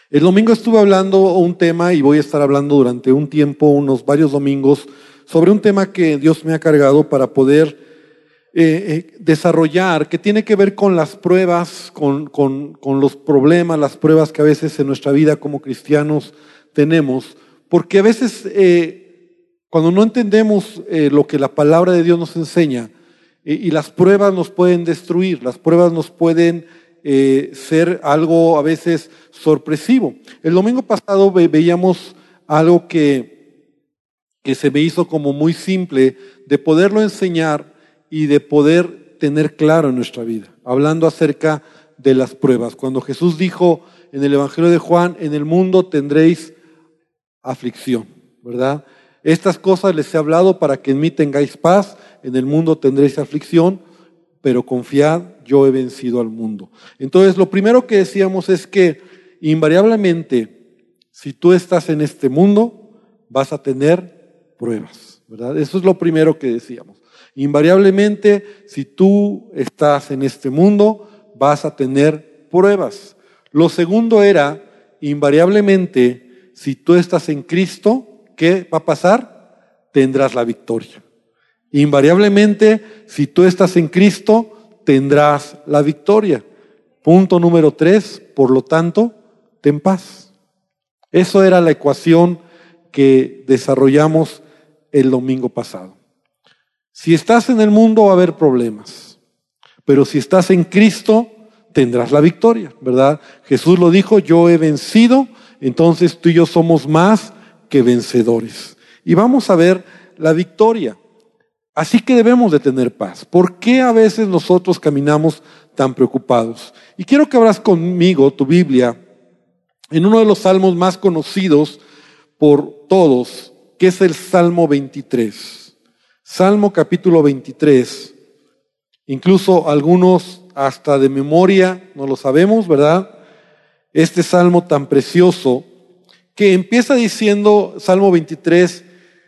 El domingo estuve hablando un tema y voy a estar hablando durante un tiempo, unos varios domingos, sobre un tema que Dios me ha cargado para poder desarrollar, que tiene que ver con las pruebas, con los problemas, las pruebas que a veces en nuestra vida como cristianos tenemos, porque a veces cuando no entendemos lo que la palabra de Dios nos enseña, y las pruebas nos pueden destruir, las pruebas nos pueden ser algo a veces sorpresivo. El domingo pasado veíamos algo que se me hizo como muy simple de poderlo enseñar y de poder tener claro en nuestra vida, hablando acerca de las pruebas. Cuando Jesús dijo en el Evangelio de Juan, en el mundo tendréis aflicción, ¿verdad? Estas cosas les he hablado para que en mí tengáis paz, en el mundo tendréis aflicción, pero confiad, yo he vencido al mundo. Entonces, lo primero que decíamos es que invariablemente, si tú estás en este mundo, vas a tener pruebas, ¿verdad? Eso es lo primero que decíamos. Invariablemente, si tú estás en este mundo, vas a tener pruebas. Lo segundo era, invariablemente, si tú estás en Cristo, ¿qué va a pasar? Tendrás la victoria. Invariablemente, si tú estás en Cristo, tendrás la victoria. Punto número 3, por lo tanto, ten paz. Eso era la ecuación que desarrollamos el domingo pasado. Si estás en el mundo va a haber problemas, pero si estás en Cristo, tendrás la victoria, ¿verdad? Jesús lo dijo, yo he vencido, entonces tú y yo somos más que vencedores. Y vamos a ver la victoria. Así que debemos de tener paz. ¿Por qué a veces nosotros caminamos tan preocupados? Y quiero que abras conmigo tu Biblia en uno de los salmos más conocidos por todos, que es el Salmo 23. Salmo capítulo 23. Incluso algunos hasta de memoria no lo sabemos, ¿verdad? Este salmo tan precioso que empieza diciendo, Salmo 23,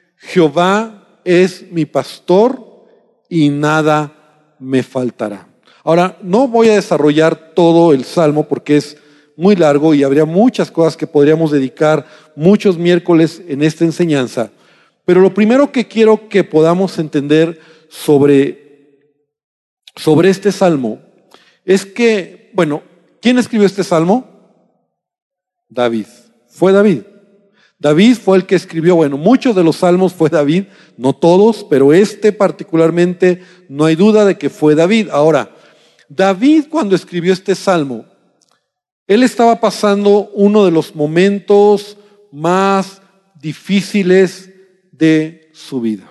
Jehová es mi pastor y nada me faltará. Ahora, no voy a desarrollar todo el salmo porque es muy largo y habría muchas cosas que podríamos dedicar muchos miércoles en esta enseñanza. Pero lo primero que quiero que podamos entender sobre este salmo es que, bueno, ¿quién escribió este salmo? David. Fue David. David fue el que escribió, bueno, muchos de los salmos fue David, no todos, pero este particularmente no hay duda de que fue David. Ahora, David cuando escribió este salmo, él estaba pasando uno de los momentos más difíciles de su vida.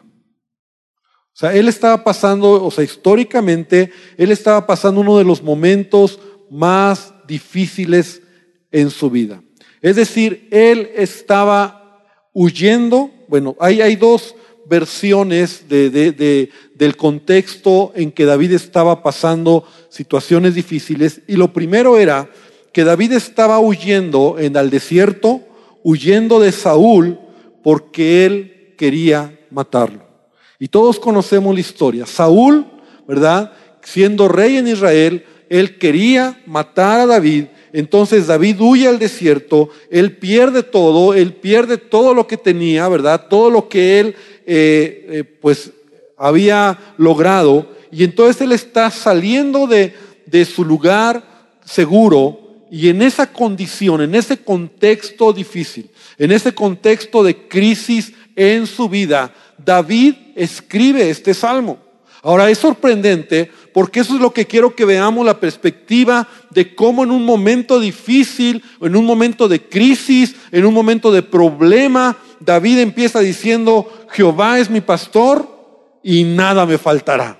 O sea, él estaba pasando, históricamente, él estaba pasando uno de los momentos más difíciles en su vida. Es decir, él estaba huyendo. Bueno, hay dos versiones del contexto en que David estaba pasando situaciones difíciles. Y lo primero era que David estaba huyendo al desierto, huyendo de Saúl, porque él quería matarlo. Y todos conocemos la historia. Saúl, ¿verdad? Siendo rey en Israel, él quería matar a David. Entonces David huye al desierto, él pierde todo lo que tenía, ¿verdad? Todo lo que él pues había logrado. Y entonces él está saliendo de su lugar seguro. Y en esa condición, en ese contexto difícil, en ese contexto de crisis en su vida, David escribe este salmo. Ahora es sorprendente porque eso es lo que quiero que veamos, la perspectiva de cómo en un momento difícil, en un momento de crisis, en un momento de problema, David empieza diciendo, Jehová es mi pastor y nada me faltará.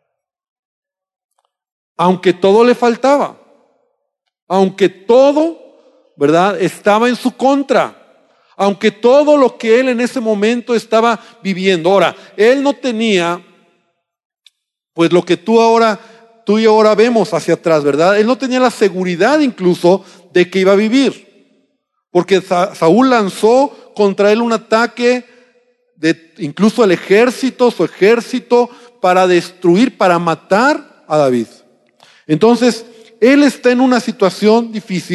Aunque todo le faltaba, aunque todo, ¿verdad?, estaba en su contra. Aunque todo lo que él en ese momento estaba viviendo. Ahora, él no tenía, pues lo que tú y ahora vemos hacia atrás, ¿verdad? Él no tenía la seguridad incluso de que iba a vivir. Porque Saúl lanzó contra él un ataque incluso su ejército, para destruir, para matar a David. Entonces, él está en una situación difícil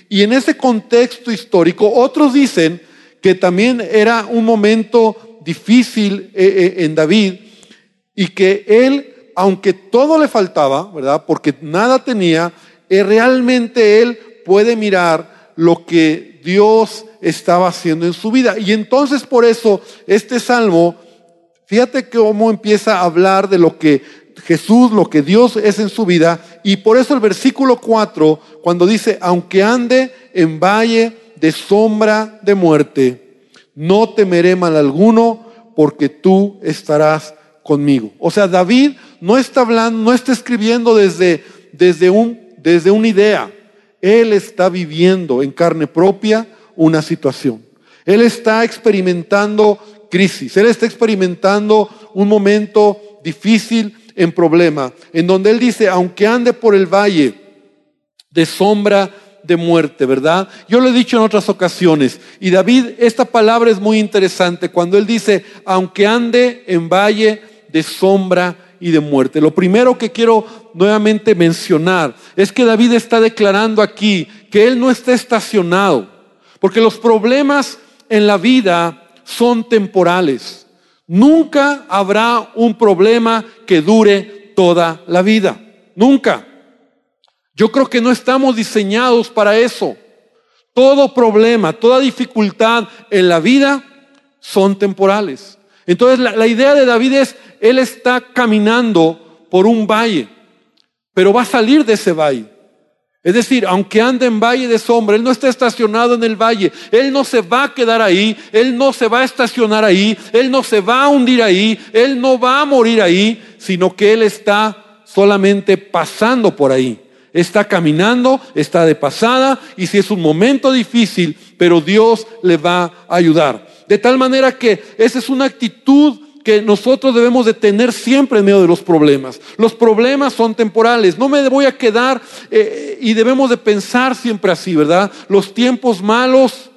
Y en ese contexto histórico, otros dicen que también era un momento difícil en David y que él, aunque todo le faltaba, ¿verdad? Porque nada tenía, realmente él puede mirar lo que Dios estaba haciendo en su vida. Y entonces por eso este salmo, fíjate cómo empieza a hablar de lo que Jesús, lo que Dios es en su vida. Y por eso el versículo 4, cuando dice, aunque ande en valle de sombra de muerte, no temeré mal alguno, porque tú estarás conmigo. O sea, David no está hablando, no está escribiendo desde una idea. Él está viviendo en carne propia una situación. Él está experimentando crisis. Él está experimentando un momento difícil en problema, en donde él dice, aunque ande por el valle de sombra de muerte, ¿verdad? Yo lo he dicho en otras ocasiones, y David, esta palabra es muy interesante cuando él dice, aunque ande en valle de sombra y de muerte. Lo primero que quiero nuevamente mencionar es que David está declarando aquí que él no está estacionado, porque los problemas en la vida son temporales. Nunca habrá un problema que dure toda la vida. Nunca. Yo creo que no estamos diseñados para eso. Todo problema, toda dificultad en la vida son temporales. Entonces la idea de David es, él está caminando por un valle, pero va a salir de ese valle. Es decir, aunque ande en valle de sombra, él no está estacionado en el valle, él no se va a quedar ahí, él no se va a estacionar ahí, él no se va a hundir ahí, él no va a morir ahí, sino que él está solamente pasando por ahí. Está caminando, está de pasada, y si es un momento difícil, pero Dios le va a ayudar. De tal manera que esa es una actitud que nosotros debemos de tener siempre en medio de los problemas. Los problemas son temporales, no me voy a quedar y debemos de pensar siempre así, ¿verdad? Los tiempos malos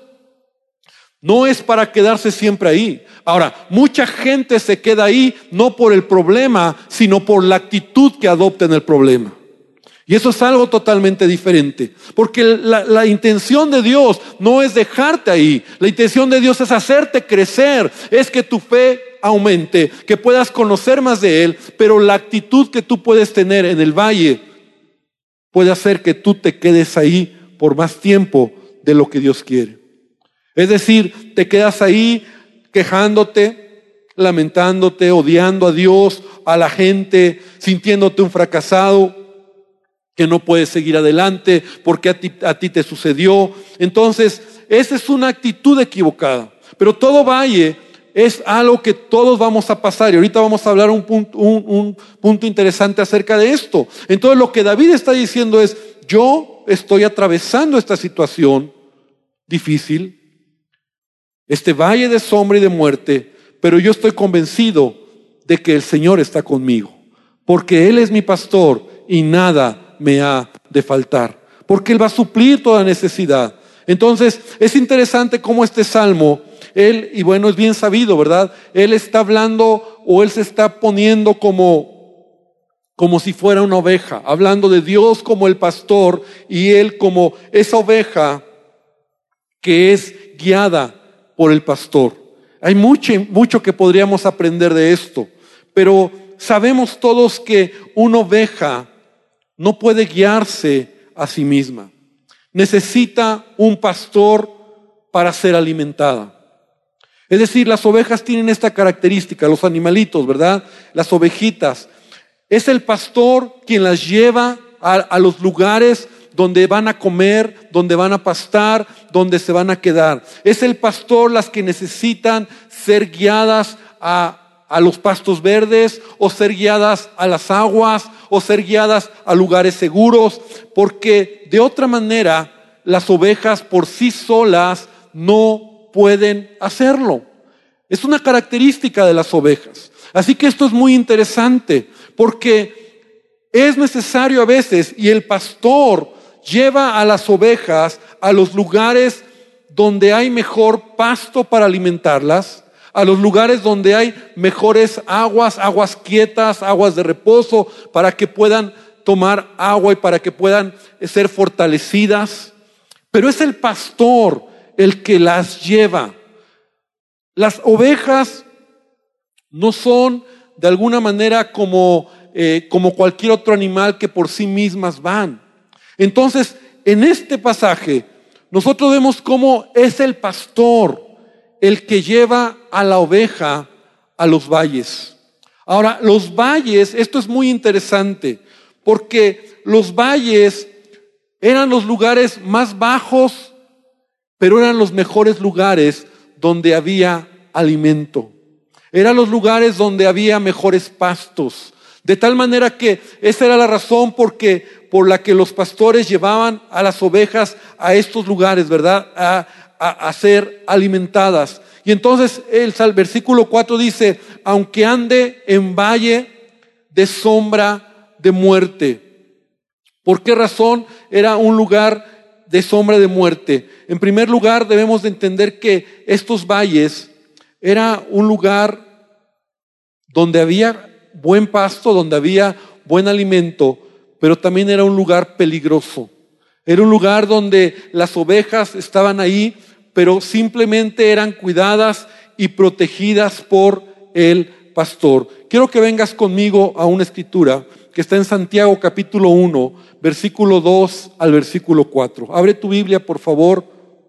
no es para quedarse siempre ahí. Ahora, mucha gente se queda ahí no por el problema, sino por la actitud que adopta en el problema. Y eso es algo totalmente diferente, porque la intención de Dios no es dejarte ahí. La intención de Dios es hacerte crecer, es que tu fe aumente, que puedas conocer más de Él, pero la actitud que tú puedes tener en el valle puede hacer que tú te quedes ahí por más tiempo de lo que Dios quiere. Es decir, te quedas ahí quejándote, lamentándote, odiando a Dios, a la gente, sintiéndote un fracasado, que no puedes seguir adelante porque a ti te sucedió. Entonces, esa es una actitud equivocada. Pero todo valle es algo que todos vamos a pasar, y ahorita vamos a hablar un punto interesante acerca de esto. Entonces, lo que David está diciendo es, yo estoy atravesando esta situación difícil, este valle de sombra y de muerte, pero yo estoy convencido de que el Señor está conmigo, porque Él es mi pastor y nada me ha de faltar, porque Él va a suplir toda necesidad. Entonces es interesante cómo este salmo, y bueno, es bien sabido, ¿verdad? Él está hablando, o él se está poniendo como si fuera una oveja, hablando de Dios como el pastor, y él como esa oveja que es guiada por el pastor. Hay mucho que podríamos aprender de esto, pero sabemos todos que una oveja no puede guiarse a sí misma. Necesita un pastor para ser alimentada. Es decir, las ovejas tienen esta característica, los animalitos, ¿verdad? Las ovejitas. Es el pastor quien las lleva a los lugares donde van a comer, donde van a pastar, donde se van a quedar. Es el pastor las que necesitan ser guiadas a los pastos verdes, o ser guiadas a las aguas, o ser guiadas a lugares seguros, porque de otra manera las ovejas por sí solas no pueden hacerlo. Es una característica de las ovejas. Así que esto es muy interesante, porque es necesario a veces, y el pastor lleva a las ovejas a los lugares donde hay mejor pasto para alimentarlas, a los lugares donde hay mejores aguas quietas, aguas de reposo, para que puedan tomar agua y para que puedan ser fortalecidas. pero es el pastor el que las lleva. Las ovejas no son de alguna manera como cualquier otro animal que por sí mismas van. Entonces, en este pasaje, nosotros vemos cómo es el pastor el que lleva a la oveja a los valles. Ahora, los valles, esto es muy interesante, porque los valles eran los lugares más bajos, pero eran los mejores lugares donde había alimento. Eran los lugares donde había mejores pastos. De tal manera que esa era la razón por la que los pastores llevaban a las ovejas a estos lugares, ¿verdad? A ser alimentadas. Y entonces el versículo 4 dice, aunque ande en valle de sombra de muerte. ¿Por qué razón era un lugar de sombra de muerte? En primer lugar, debemos de entender que estos valles era un lugar donde había buen pasto, donde había buen alimento, pero también era un lugar peligroso. Era un lugar donde las ovejas estaban ahí, pero simplemente eran cuidadas y protegidas por el pastor. Quiero que vengas conmigo a una escritura que está en Santiago capítulo 1, versículo 2 al versículo 4. Abre tu Biblia, por favor.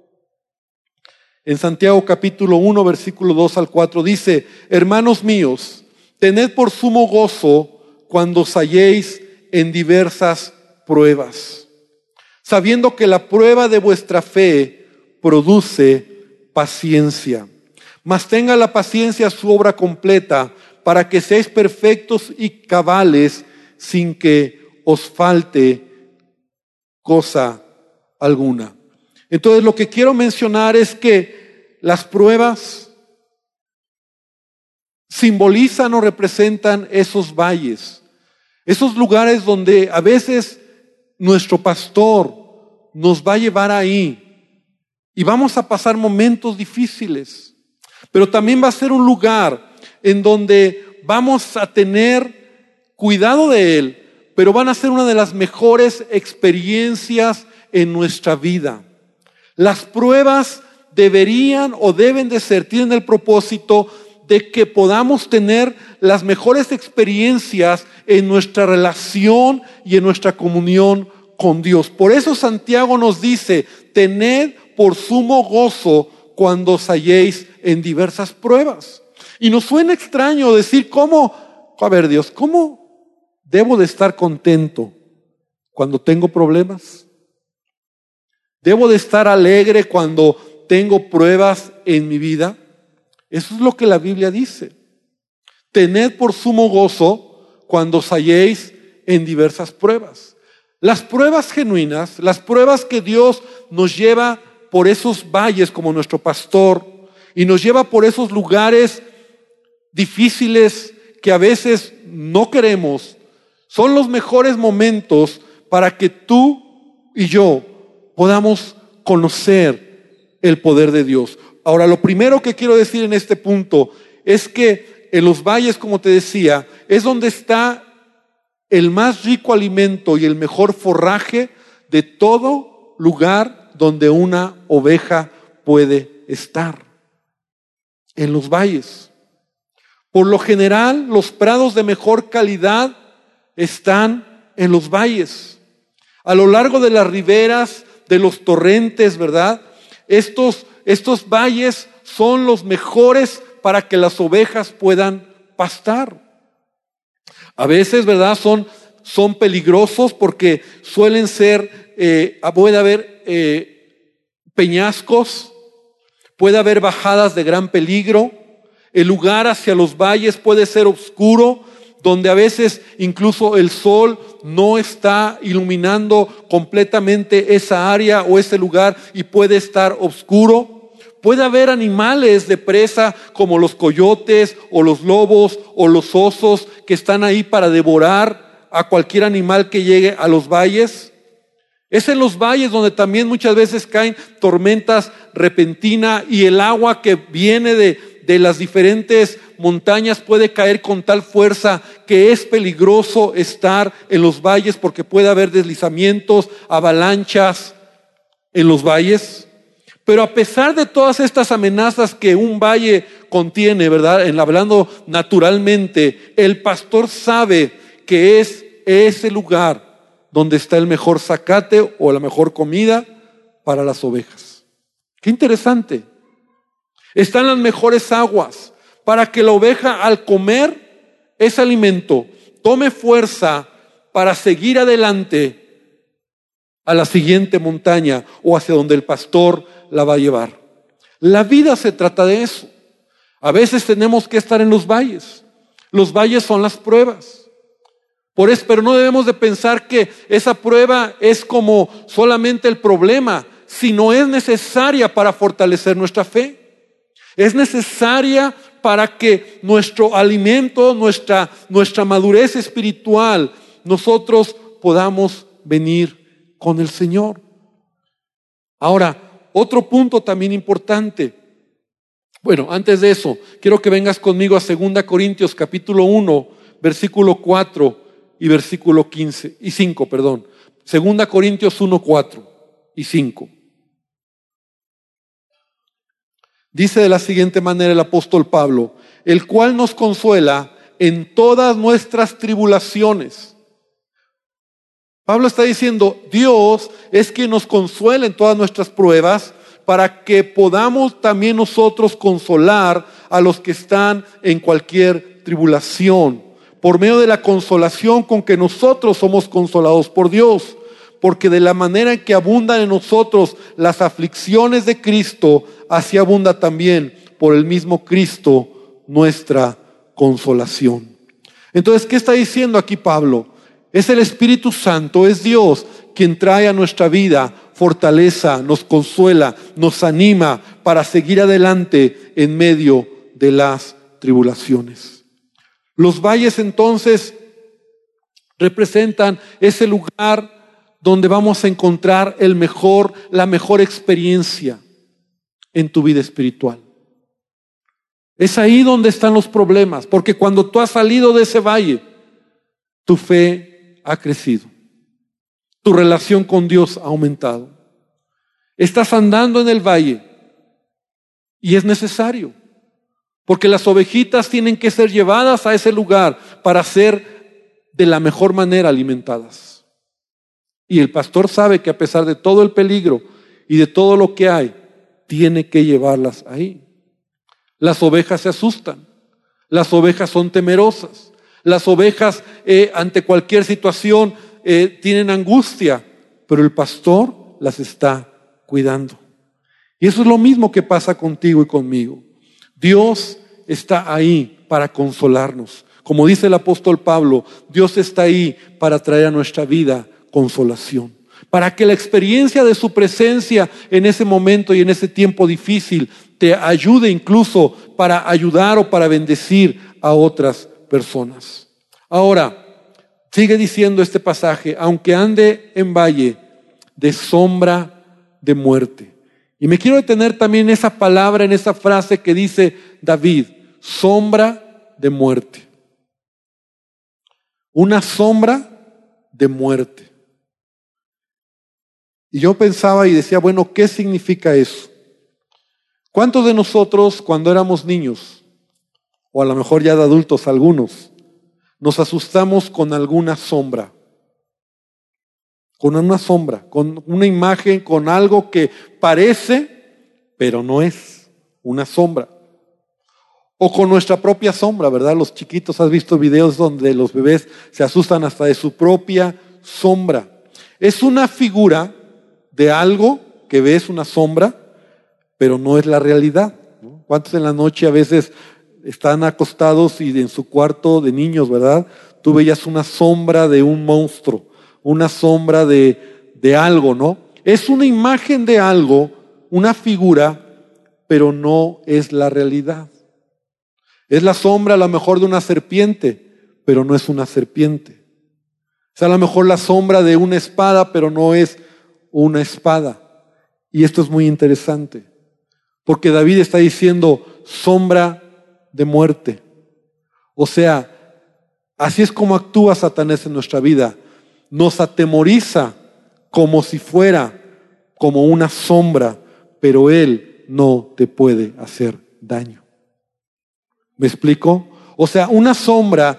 En Santiago capítulo 1, versículo 2 al 4 dice, hermanos míos, tened por sumo gozo cuando os halléis en diversas pruebas, sabiendo que la prueba de vuestra fe produce paciencia. Mas tenga la paciencia su obra completa, para que seáis perfectos y cabales, sin que os falte cosa alguna. Entonces, lo que quiero mencionar es que las pruebas simbolizan o representan esos valles, esos lugares donde a veces nuestro pastor nos va a llevar ahí y vamos a pasar momentos difíciles, pero también va a ser un lugar en donde vamos a tener cuidado de Él, pero van a ser una de las mejores experiencias en nuestra vida. Las pruebas deberían o deben de ser, tienen el propósito de que podamos tener las mejores experiencias en nuestra relación y en nuestra comunión con Dios. Por eso Santiago nos dice, tened por sumo gozo cuando os halléis en diversas pruebas. Y nos suena extraño decir, Dios, ¿cómo debo de estar contento cuando tengo problemas? ¿Debo de estar alegre cuando tengo pruebas en mi vida? Eso es lo que la Biblia dice. Tened por sumo gozo cuando os halléis en diversas pruebas. Las pruebas genuinas, las pruebas que Dios nos lleva por esos valles como nuestro pastor y nos lleva por esos lugares difíciles que a veces no queremos, son los mejores momentos para que tú y yo podamos conocer el poder de Dios. Ahora, lo primero que quiero decir en este punto es que en los valles, como te decía, es donde está el más rico alimento y el mejor forraje de todo lugar donde una oveja puede estar. En los valles. Por lo general, los prados de mejor calidad están en los valles. A lo largo de las riberas, de los torrentes, ¿verdad? Estos valles son los mejores para que las ovejas puedan pastar. A veces, ¿verdad? Son peligrosos porque suelen ser, puede haber peñascos, puede haber bajadas de gran peligro. El lugar hacia los valles puede ser oscuro, donde a veces incluso el sol no está iluminando completamente esa área o ese lugar y puede estar oscuro. Puede haber animales de presa como los coyotes o los lobos o los osos que están ahí para devorar a cualquier animal que llegue a los valles. Es en los valles donde también muchas veces caen tormentas repentinas y el agua que viene de las diferentes montañas puede caer con tal fuerza que es peligroso estar en los valles porque puede haber deslizamientos, avalanchas. en los valles. Pero a pesar de todas estas amenazas que un valle contiene, ¿verdad? Hablando naturalmente, el pastor sabe que es ese lugar donde está el mejor zacate o la mejor comida para las ovejas. Qué interesante. Están las mejores aguas para que la oveja, al comer ese alimento, tome fuerza para seguir adelante a la siguiente montaña o hacia donde el pastor la va a llevar. La vida se trata de eso. A veces tenemos que estar en los valles. Los valles son las pruebas. Pero no debemos de pensar que esa prueba es como solamente el problema, sino es necesaria para fortalecer nuestra fe. Es necesaria para que nuestro alimento, nuestra madurez espiritual, nosotros podamos venir con el Señor. Ahora, otro punto también importante. Bueno, antes de eso, quiero que vengas conmigo a 2 Corintios capítulo 1, versículo 4 y versículo 15 y 5, perdón. 2 Corintios 1, 4 y 5. Dice de la siguiente manera el apóstol Pablo: el cual nos consuela en todas nuestras tribulaciones. Pablo está diciendo, Dios es quien nos consuela en todas nuestras pruebas para que podamos también nosotros consolar a los que están en cualquier tribulación, por medio de la consolación con que nosotros somos consolados por Dios. Porque de la manera en que abundan en nosotros las aflicciones de Cristo, así abunda también por el mismo Cristo nuestra consolación. Entonces, ¿qué está diciendo aquí Pablo? Es el Espíritu Santo, es Dios quien trae a nuestra vida fortaleza, nos consuela, nos anima para seguir adelante en medio de las tribulaciones. Los valles entonces representan ese lugar donde vamos a encontrar la mejor experiencia en tu vida espiritual. Es ahí donde están los problemas, porque cuando tú has salido de ese valle, tu fe ha crecido, tu relación con Dios ha aumentado. Estás andando en el valle y es necesario, porque las ovejitas tienen que ser llevadas a ese lugar para ser de la mejor manera alimentadas. Y el pastor sabe que a pesar de todo el peligro y de todo lo que hay, tiene que llevarlas ahí. Las ovejas se asustan, las ovejas son temerosas, las ovejas ante cualquier situación tienen angustia, pero el pastor las está cuidando. Y eso es lo mismo que pasa contigo y conmigo. Dios está ahí para consolarnos. Como dice el apóstol Pablo, Dios está ahí para traer a nuestra vida consolación, para que la experiencia de su presencia en ese momento y en ese tiempo difícil te ayude incluso para ayudar o para bendecir a otras personas. Ahora, sigue diciendo este pasaje, aunque ande en valle de sombra de muerte. Y me quiero detener también en esa palabra, en esa frase que dice David, sombra de muerte. Una sombra de muerte. Y yo pensaba y decía, bueno, ¿qué significa eso? ¿Cuántos de nosotros cuando éramos niños, o a lo mejor ya de adultos algunos, nos asustamos con alguna sombra? Con una sombra, con una imagen, con algo que parece, pero no es una sombra. O con nuestra propia sombra, ¿verdad? Los chiquitos, has visto videos donde los bebés se asustan hasta de su propia sombra. Es una figura de algo que ves, una sombra, pero no es la realidad, ¿no? ¿Cuántos en la noche a veces están acostados y en su cuarto de niños, ¿verdad? Tú veías una sombra de un monstruo, una sombra de algo, ¿no? Es una imagen de algo, una figura, pero no es la realidad. Es la sombra a lo mejor de una serpiente, pero no es una serpiente. Es a lo mejor la sombra de una espada, pero no es una espada. Y esto es muy interesante, porque David está diciendo sombra de muerte. O sea, así es como actúa Satanás en nuestra vida. Nos atemoriza como si fuera como una sombra, pero Él no te puede hacer daño. ¿Me explico? O sea, una sombra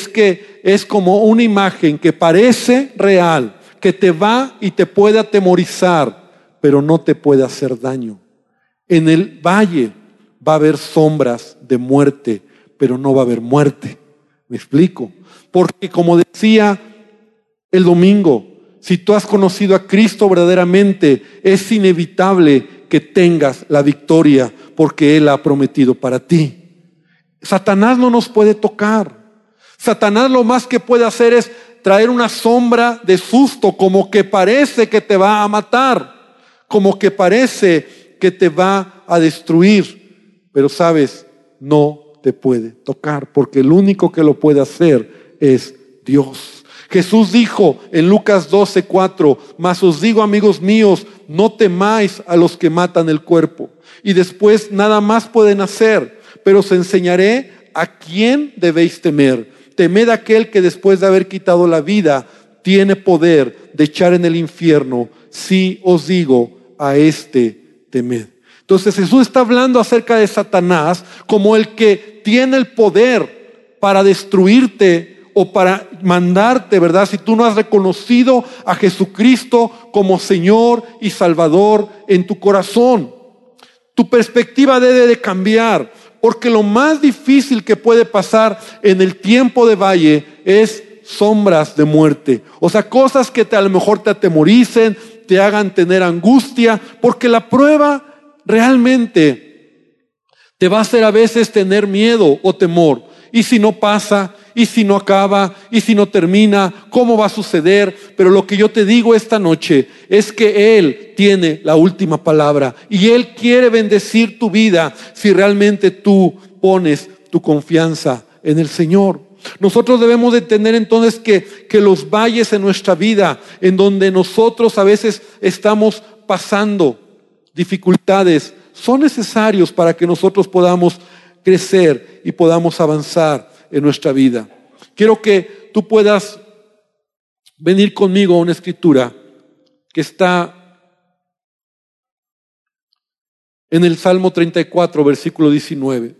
es como una imagen que parece real, que te va y te puede atemorizar, pero no te puede hacer daño. En el valle va a haber sombras de muerte, pero no va a haber muerte. ¿Me explico? Porque como decía el domingo, si tú has conocido a Cristo verdaderamente, es inevitable que tengas la victoria porque Él ha prometido para ti. Satanás no nos puede tocar. Satanás lo más que puede hacer es traer una sombra de susto, como que parece que te va a matar, como que parece que te va a destruir. Pero sabes, no te puede tocar, porque el único que lo puede hacer es Dios. Jesús dijo en Lucas 12:4, mas os digo, amigos míos, no temáis a los que matan el cuerpo, y después nada más pueden hacer, pero os enseñaré a quién debéis temer. Temed a aquel que después de haber quitado la vida tiene poder de echar en el infierno. Sí os digo, a este temed. Entonces Jesús está hablando acerca de Satanás como el que tiene el poder para destruirte o para mandarte, ¿verdad? Si tú no has reconocido a Jesucristo como Señor y Salvador en tu corazón. Tu perspectiva debe de cambiar, porque lo más difícil que puede pasar en el tiempo de valle es sombras de muerte. O sea, cosas que a lo mejor te atemoricen, te hagan tener angustia, porque la prueba realmente te va a hacer a veces tener miedo o temor. ¿Y si no pasa? ¿Y si no acaba? ¿Y si no termina? ¿Cómo va a suceder? Pero lo que yo te digo esta noche es que Él tiene la última palabra y Él quiere bendecir tu vida si realmente tú pones tu confianza en el Señor. Nosotros debemos de entender entonces que los valles en nuestra vida, en donde nosotros a veces estamos pasando dificultades, son necesarios para que nosotros podamos crecer y podamos avanzar en nuestra vida. Quiero que tú puedas venir conmigo a una escritura que está en el Salmo 34, versículo 19.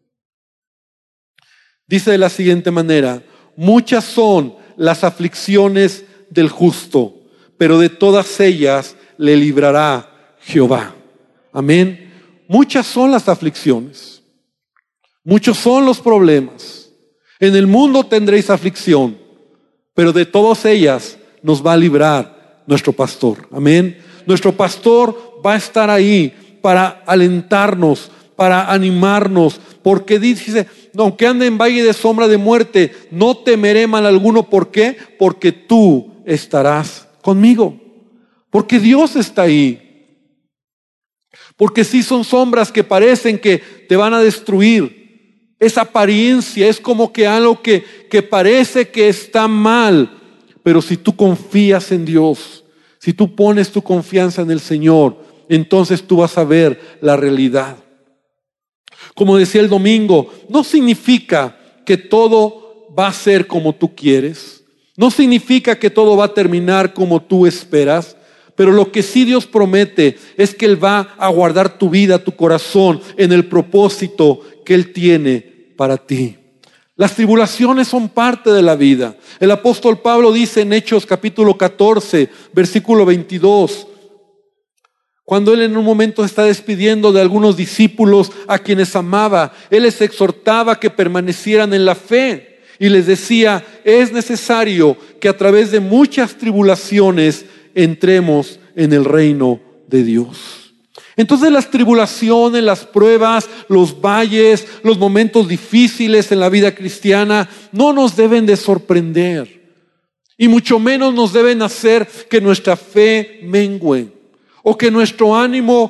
Dice de la siguiente manera: muchas son las aflicciones del justo, pero de todas ellas le librará Jehová. Amén. Muchas son las aflicciones, muchos son los problemas. En el mundo tendréis aflicción, pero de todas ellas nos va a librar nuestro pastor. Amén. Nuestro pastor va a estar ahí para alentarnos, para animarnos, porque dice, aunque ande en valle de sombra de muerte, no temeré mal alguno. ¿Por qué? Porque tú estarás conmigo. Porque Dios está ahí. Porque sí son sombras que parecen que te van a destruir. Esa apariencia es como que algo que parece que está mal. Pero si tú confías en Dios, si tú pones tu confianza en el Señor, entonces tú vas a ver la realidad. Como decía el domingo, no significa que todo va a ser como tú quieres. No significa que todo va a terminar como tú esperas. Pero lo que sí Dios promete es que Él va a guardar tu vida, tu corazón, en el propósito que Él tiene para ti. Las tribulaciones son parte de la vida. El apóstol Pablo dice en Hechos capítulo 14, versículo 22, cuando él en un momento está despidiendo de algunos discípulos a quienes amaba, él les exhortaba que permanecieran en la fe y les decía, es necesario que a través de muchas tribulaciones entremos en el reino de Dios. Entonces las tribulaciones, las pruebas, los valles, los momentos difíciles en la vida cristiana no nos deben de sorprender y mucho menos nos deben hacer que nuestra fe mengüe o que nuestro ánimo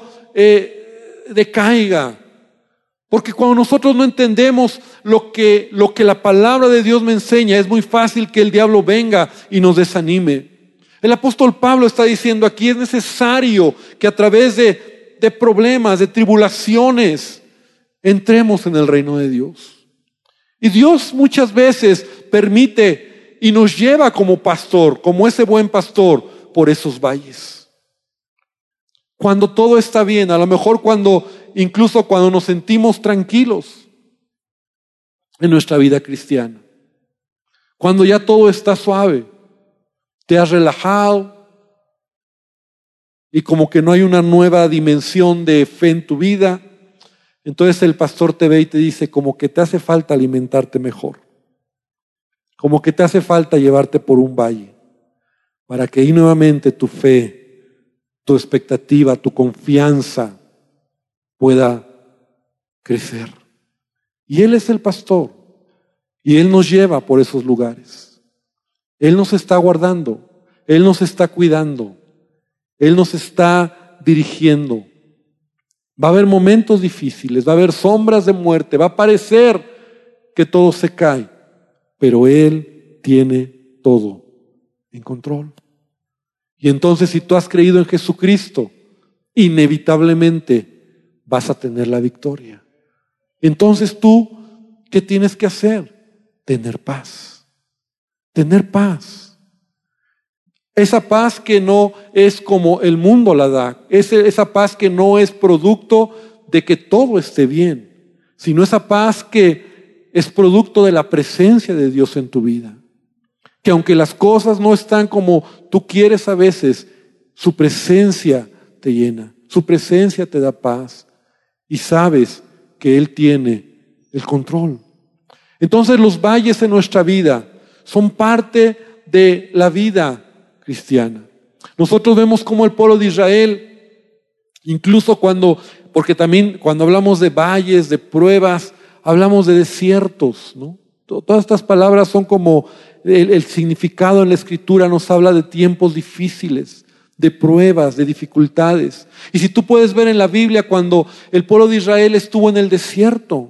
decaiga. Porque cuando nosotros no entendemos lo que la palabra de Dios me enseña, es muy fácil que el diablo venga y nos desanime. El apóstol Pablo está diciendo aquí, es necesario que a través de problemas, de tribulaciones, entremos en el reino de Dios. Y Dios muchas veces permite y nos lleva como pastor, como ese buen pastor, por esos valles. cuando todo está bien, a lo mejor incluso cuando nos sentimos tranquilos en nuestra vida cristiana, cuando ya todo está suave, te has relajado y como que no hay una nueva dimensión de fe en tu vida, entonces el pastor te ve y te dice como que te hace falta alimentarte mejor, como que te hace falta llevarte por un valle, para que ahí nuevamente tu fe, tu expectativa, tu confianza pueda crecer. Y Él es el pastor y Él nos lleva por esos lugares. Él nos está guardando, Él nos está cuidando, Él nos está dirigiendo. Va a haber momentos difíciles, va a haber sombras de muerte, va a parecer que todo se cae, pero Él tiene todo en control. Y entonces, si tú has creído en Jesucristo, inevitablemente vas a tener la victoria. Entonces tú, ¿qué tienes que hacer? Tener paz. Tener paz. Esa paz que no es como el mundo la da, esa paz que no es producto de que todo esté bien, sino esa paz que es producto de la presencia de Dios en tu vida. Que aunque las cosas no están como tú quieres a veces, su presencia te llena, su presencia te da paz y sabes que Él tiene el control. Entonces los valles en nuestra vida son parte de la vida cristiana. Nosotros vemos como el pueblo de Israel, incluso porque también cuando hablamos de valles, de pruebas, hablamos de desiertos, ¿no? Todas estas palabras son como el significado en la Escritura nos habla de tiempos difíciles, de pruebas, de dificultades. Y si tú puedes ver en la Biblia cuando el pueblo de Israel estuvo en el desierto,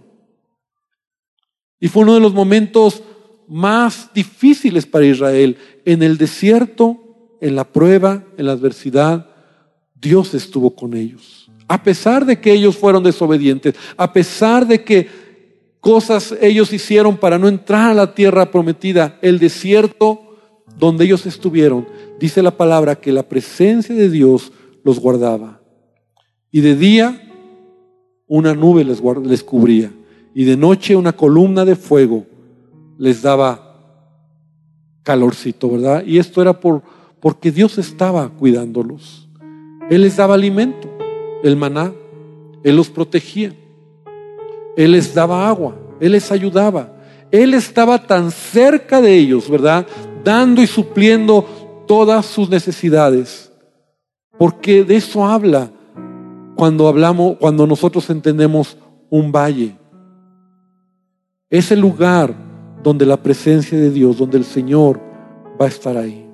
y fue uno de los momentos más difíciles para Israel, en el desierto, en la prueba, en la adversidad, Dios estuvo con ellos. A pesar de que ellos fueron desobedientes, a pesar de que cosas ellos hicieron para no entrar a la tierra prometida, el desierto donde ellos estuvieron, dice la palabra que la presencia de Dios los guardaba. Y de día una nube les cubría, y de noche una columna de fuego les daba calorcito, ¿verdad? Y esto era porque Dios estaba cuidándolos. Él les daba alimento, el maná, Él los protegía, Él les daba agua, Él les ayudaba. Él estaba tan cerca de ellos, ¿verdad? Dando y supliendo todas sus necesidades. Porque de eso habla cuando nosotros entendemos un valle. Es el lugar donde la presencia de Dios, donde el Señor va a estar ahí.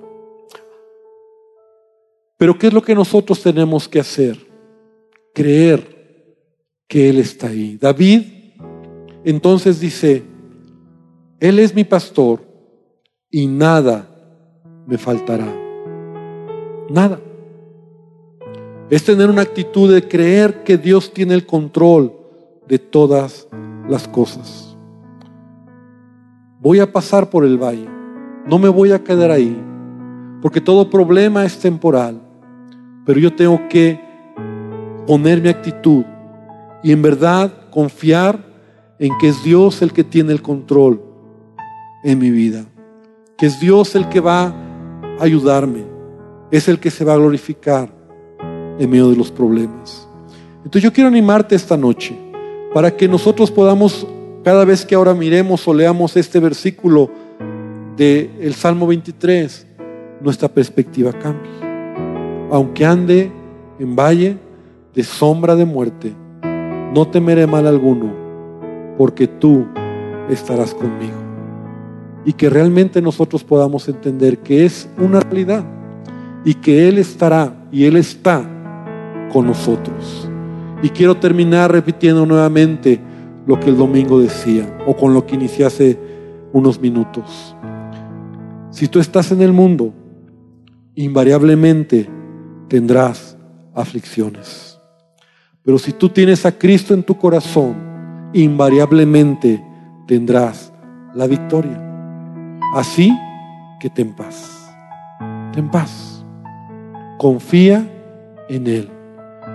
Pero ¿qué es lo que nosotros tenemos que hacer? Creer que Él está ahí. David entonces dice: Él es mi pastor y nada me faltará. Nada. Es tener una actitud de creer que Dios tiene el control de todas las cosas. Voy a pasar por el valle, no me voy a quedar ahí, porque todo problema es temporal, pero yo tengo que poner mi actitud y en verdad confiar en que es Dios el que tiene el control en mi vida, que es Dios el que va a ayudarme, es el que se va a glorificar en medio de los problemas. Entonces yo quiero animarte esta noche para que nosotros podamos, cada vez que ahora miremos o leamos este versículo del Salmo 23, nuestra perspectiva cambie. Aunque ande en valle de sombra de muerte, no temeré mal alguno, porque tú estarás conmigo. Y que realmente nosotros podamos entender que es una realidad y que Él estará y Él está con nosotros. Y quiero terminar repitiendo nuevamente lo que el domingo decía, o con lo que inicié hace unos minutos. Si tú estás en el mundo, invariablemente tendrás aflicciones. Pero si tú tienes a Cristo en tu corazón, invariablemente tendrás la victoria. Así que ten paz. Ten paz. Confía en Él.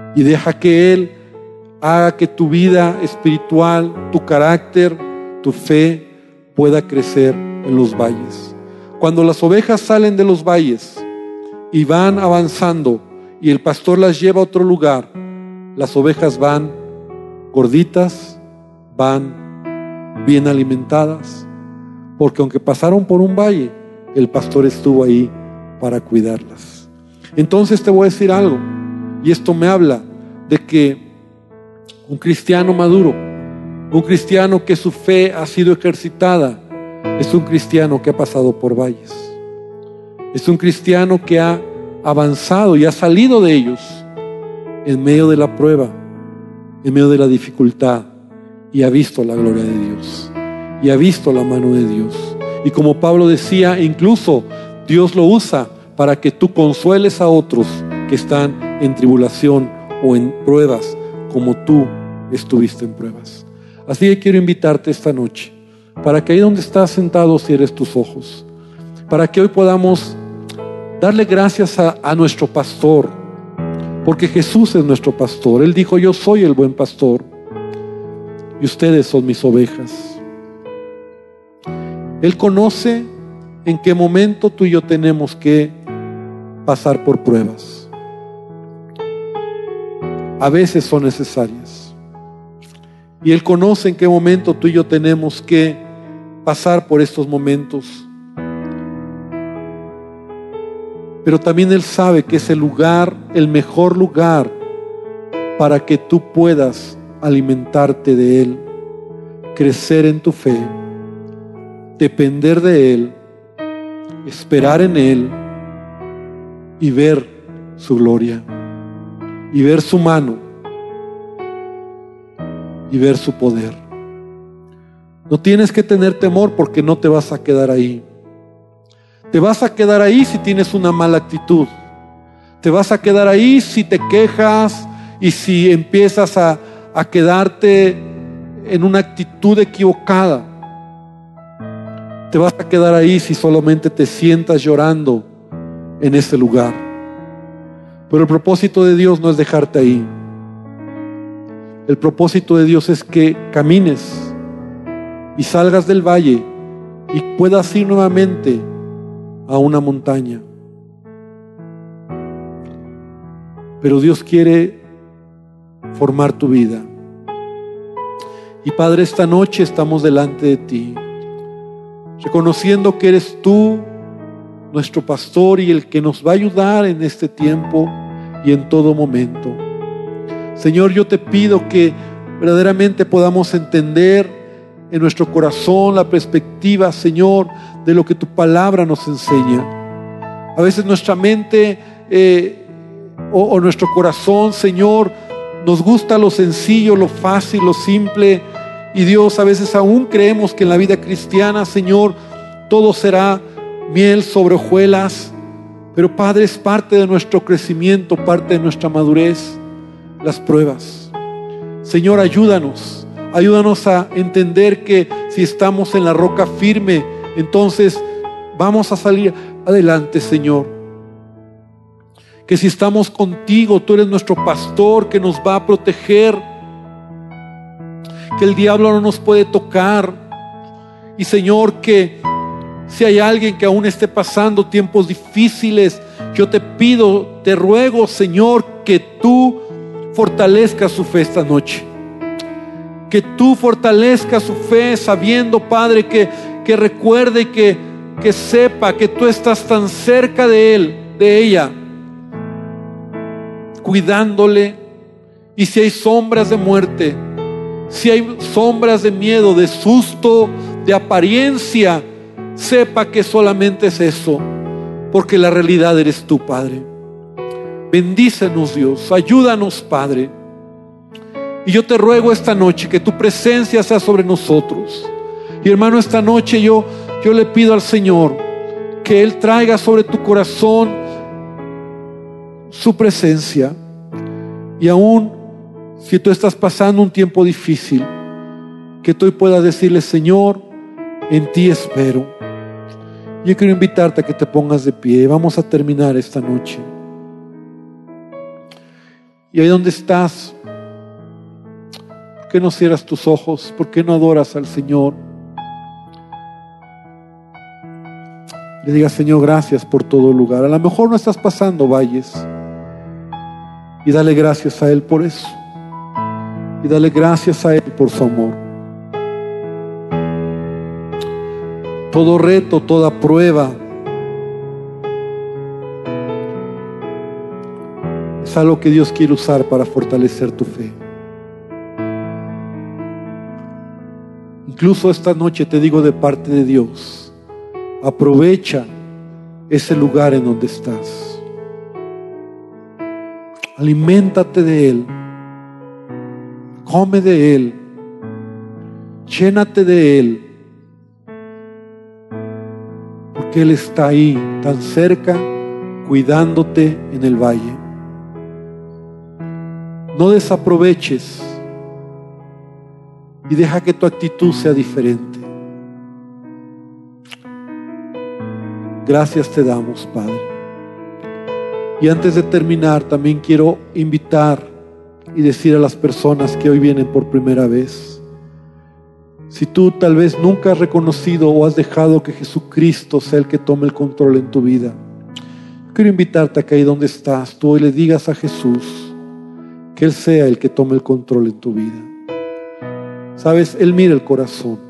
y deja que Él haga que tu vida espiritual, tu carácter, tu fe pueda crecer en los valles. Cuando las ovejas salen de los valles y van avanzando y el pastor las lleva a otro lugar, las ovejas van gorditas, van bien alimentadas, porque aunque pasaron por un valle, el pastor estuvo ahí para cuidarlas. Entonces te voy a decir algo, y esto me habla de que un cristiano maduro, un cristiano que su fe ha sido ejercitada, es un cristiano que ha pasado por valles. Es un cristiano que ha avanzado y ha salido de ellos en medio de la prueba, en medio de la dificultad, y ha visto la gloria de Dios, y ha visto la mano de Dios. Y como Pablo decía, incluso Dios lo usa para que tú consueles a otros que están en tribulación o en pruebas, como tú estuviste en pruebas. Así que quiero invitarte esta noche, para que ahí donde estás sentado cierres tus ojos, para que hoy podamos darle gracias a nuestro pastor, porque Jesús es nuestro pastor. Él dijo: yo soy el buen pastor y ustedes son mis ovejas. Él conoce en qué momento tú y yo tenemos que pasar por pruebas. A veces son necesarias. Y Él conoce en qué momento tú y yo tenemos que pasar por estos momentos. Pero también Él sabe que es el lugar, el mejor lugar para que tú puedas alimentarte de Él, crecer en tu fe, depender de Él, esperar en Él y ver su gloria, y ver su mano, y ver su poder. No tienes que tener temor, porque no te vas a quedar ahí. Te vas a quedar ahí si tienes una mala actitud. Te vas a quedar ahí si te quejas y si empiezas a quedarte en una actitud equivocada. Te vas a quedar ahí si solamente te sientas llorando en ese lugar. Pero el propósito de Dios no es dejarte ahí. El propósito de Dios es que camines y salgas del valle y puedas ir nuevamente a una montaña. Pero Dios quiere formar tu vida. Y Padre, esta noche estamos delante de ti, reconociendo que eres tú nuestro pastor y el que nos va a ayudar en este tiempo y en todo momento. Señor, yo te pido que verdaderamente podamos entender en nuestro corazón la perspectiva, Señor, de lo que tu palabra nos enseña. A veces nuestra mente o nuestro corazón, Señor, nos gusta lo sencillo, lo fácil, lo simple. Y Dios, a veces aún creemos que en la vida cristiana, Señor, todo será miel sobre hojuelas. Pero Padre, es parte de nuestro crecimiento, parte de nuestra madurez, las pruebas. Señor, ayúdanos a entender que si estamos en la roca firme, entonces vamos a salir adelante, Señor. Que si estamos contigo, tú eres nuestro pastor que nos va a proteger, que el diablo no nos puede tocar. Y Señor, que si hay alguien que aún esté pasando tiempos difíciles, yo te pido, te ruego, Señor, que tú fortalezcas su fe esta noche. Que tú fortalezcas su fe, sabiendo, Padre, que recuerde, que sepa que tú estás tan cerca de él, de ella, cuidándole. Y si hay sombras de muerte, si hay sombras de miedo, de susto, de apariencia, sepa que solamente es eso, porque la realidad eres tú, Padre. Bendícenos, Dios, ayúdanos, Padre. Y yo te ruego esta noche que tu presencia sea sobre nosotros. Y hermano, esta noche yo le pido al Señor que Él traiga sobre tu corazón su presencia. Y aún si tú estás pasando un tiempo difícil, que tú puedas decirle: Señor, en ti espero. Yo quiero invitarte a que te pongas de pie. Vamos a terminar esta noche. Y ahí donde estás, ¿por qué no cierras tus ojos? ¿Por qué no adoras al Señor? Le digas: Señor, gracias por todo lugar. A lo mejor no estás pasando valles, y dale gracias a Él por eso. Y dale gracias a Él por su amor. Todo reto, toda prueba es algo que Dios quiere usar para fortalecer tu fe. Incluso esta noche te digo de parte de Dios: aprovecha ese lugar en donde estás. Aliméntate de Él. Come de Él. Llénate de Él. Porque Él está ahí, tan cerca, cuidándote en el valle. No desaproveches y deja que tu actitud sea diferente. Gracias te damos, Padre. Y antes de terminar, también quiero invitar y decir a las personas que hoy vienen por primera vez: si tú tal vez nunca has reconocido o has dejado que Jesucristo sea el que tome el control en tu vida, quiero invitarte a que ahí donde estás, tú hoy le digas a Jesús que Él sea el que tome el control en tu vida. Sabes, Él mira el corazón.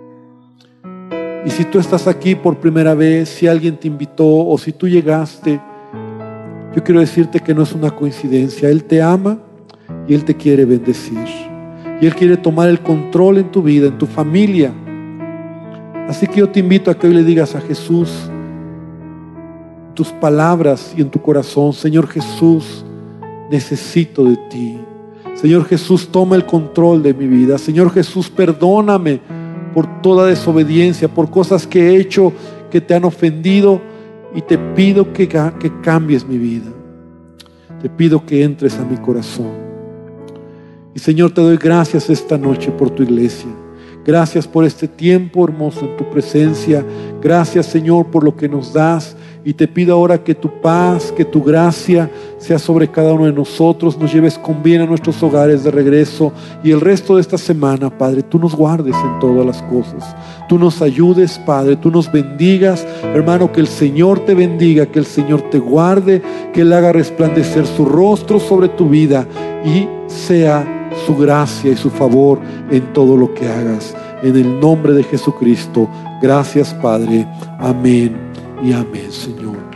Y si tú estás aquí por primera vez, si alguien te invitó o si tú llegaste, yo quiero decirte que no es una coincidencia. Él te ama y Él te quiere bendecir. Y Él quiere tomar el control en tu vida, en tu familia. Así que yo te invito a que hoy le digas a Jesús tus palabras y en tu corazón: Señor Jesús, necesito de ti. Señor Jesús, toma el control de mi vida. Señor Jesús, perdóname por toda desobediencia, por cosas que he hecho que te han ofendido, y te pido que cambies mi vida. Te pido que entres a mi corazón. Y Señor, te doy gracias esta noche por tu iglesia. Gracias por este tiempo hermoso en tu presencia. Gracias, Señor, por lo que nos das. Y te pido ahora que tu paz, que tu gracia sea sobre cada uno de nosotros. Nos lleves con bien a nuestros hogares de regreso. Y el resto de esta semana, Padre, tú nos guardes en todas las cosas. Tú nos ayudes, Padre. Tú nos bendigas. Hermano, que el Señor te bendiga, que el Señor te guarde, que Él haga resplandecer su rostro sobre tu vida y sea su gracia y su favor en todo lo que hagas. En el nombre de Jesucristo. Gracias, Padre. Amén y amén, Señor.